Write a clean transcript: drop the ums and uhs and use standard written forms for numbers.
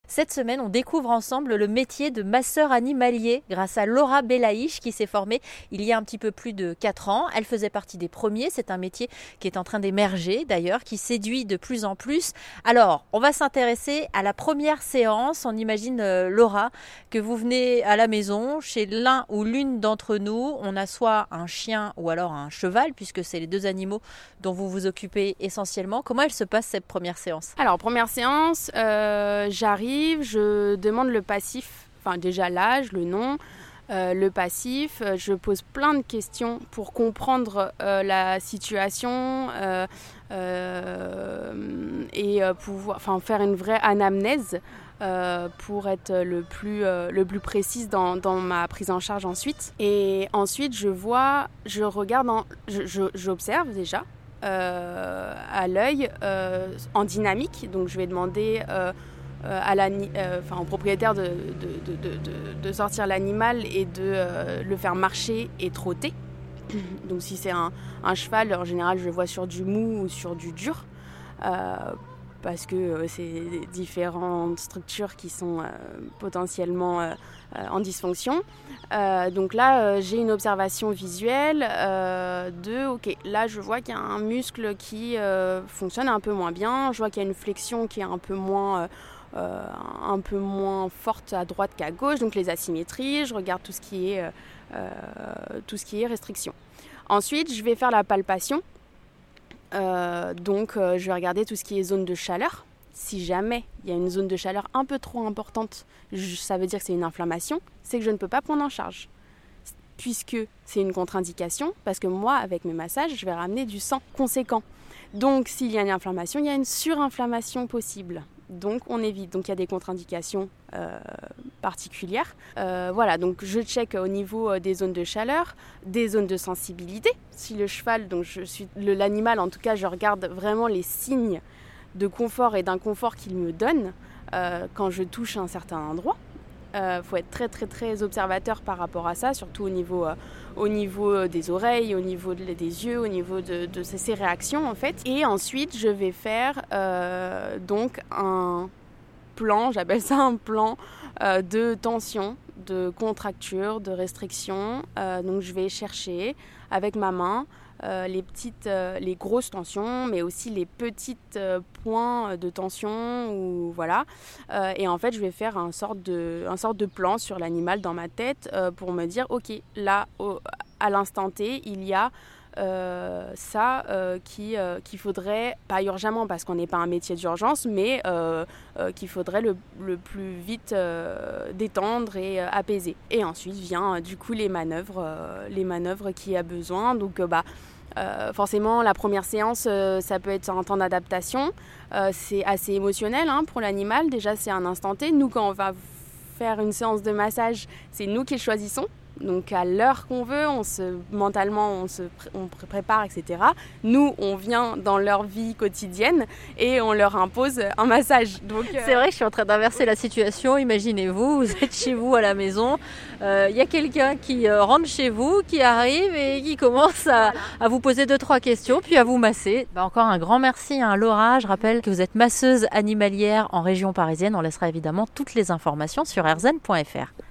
Cette semaine, on découvre ensemble le métier de masseur animalier grâce à Laura Belaïch qui s'est formée il y a un petit peu plus de 4 ans. Elle faisait partie des premiers. C'est un métier qui est en train d'émerger d'ailleurs, qui séduit de plus en plus. Alors, on va s'intéresser à la première séance. On imagine, Laura, que vous venez à la maison chez l'un ou l'une d'entre nous. On a soit un chien ou alors un cheval, puisque c'est les deux animaux dont vous vous occupez essentiellement. Comment elle se passe cette première séance ? Alors, première séance, j'arrive, je demande le passif, enfin déjà l'âge, le nom, le passif. Je pose plein de questions pour comprendre la situation et pouvoir faire une vraie anamnèse pour être le plus précise dans ma prise en charge ensuite. Et ensuite, j'observe déjà à l'œil en dynamique. Donc je vais demander au propriétaire de sortir l'animal et de le faire marcher et trotter. Donc si c'est un cheval, en général je le vois sur du mou ou sur du dur, parce que c'est différentes structures qui sont potentiellement en dysfonction. Donc là, j'ai une observation visuelle ok, là je vois qu'il y a un muscle qui fonctionne un peu moins bien, je vois qu'il y a une flexion qui est un peu moins forte à droite qu'à gauche, donc les asymétries, je regarde tout ce qui est restriction. Ensuite, je vais faire la palpation. Je vais regarder tout ce qui est zone de chaleur. Si jamais il y a une zone de chaleur un peu trop importante, ça veut dire que c'est une inflammation, c'est que je ne peux pas prendre en charge. Puisque c'est une contre-indication, parce que moi, avec mes massages, je vais ramener du sang conséquent. Donc, s'il y a une inflammation, il y a une surinflammation possible. Donc, on évite. Donc, il y a des contre-indications particulières. Donc je check au niveau des zones de chaleur, des zones de sensibilité. Si le cheval, l'animal en tout cas, je regarde vraiment les signes de confort et d'inconfort qu'il me donne quand je touche un certain endroit. Faut être très très très observateur par rapport à ça, surtout au niveau des oreilles, au niveau des yeux, au niveau de ses réactions en fait. Et ensuite je vais faire donc un plan, j'appelle ça un plan de tension, de contracture, de restriction. Donc je vais chercher avec ma main les grosses tensions, mais aussi les petites points de tension, et en fait je vais faire un sorte de plan sur l'animal dans ma tête pour me dire ok, là à l'instant T il y a qu'il faudrait, pas urgemment parce qu'on n'est pas un métier d'urgence, mais qu'il faudrait le plus vite détendre et apaiser. Et ensuite vient du coup les manœuvres qu'il y a besoin. Donc forcément la première séance ça peut être un temps d'adaptation, c'est assez émotionnel pour l'animal. Déjà c'est un instant T. Nous quand on va faire une séance de massage, c'est nous qui le choisissons. Donc à l'heure qu'on veut, on prépare, etc. Nous, on vient dans leur vie quotidienne et on leur impose un massage. Donc, C'est vrai que je suis en train d'inverser la situation. Imaginez-vous, vous êtes chez vous à la maison, il y a quelqu'un qui rentre chez vous, qui arrive et qui commence à vous poser 2-3 questions, puis à vous masser. Encore un grand merci à Laura. Je rappelle que vous êtes masseuse animalière en région parisienne. On laissera évidemment toutes les informations sur rzn.fr.